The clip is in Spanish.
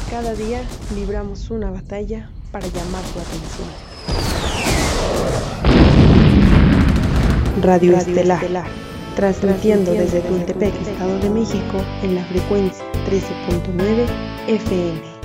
Cada día libramos una batalla para llamar tu atención. Radio Estelar, transmitiendo desde Tultepec, Estado de México, en la frecuencia 13.9 FM.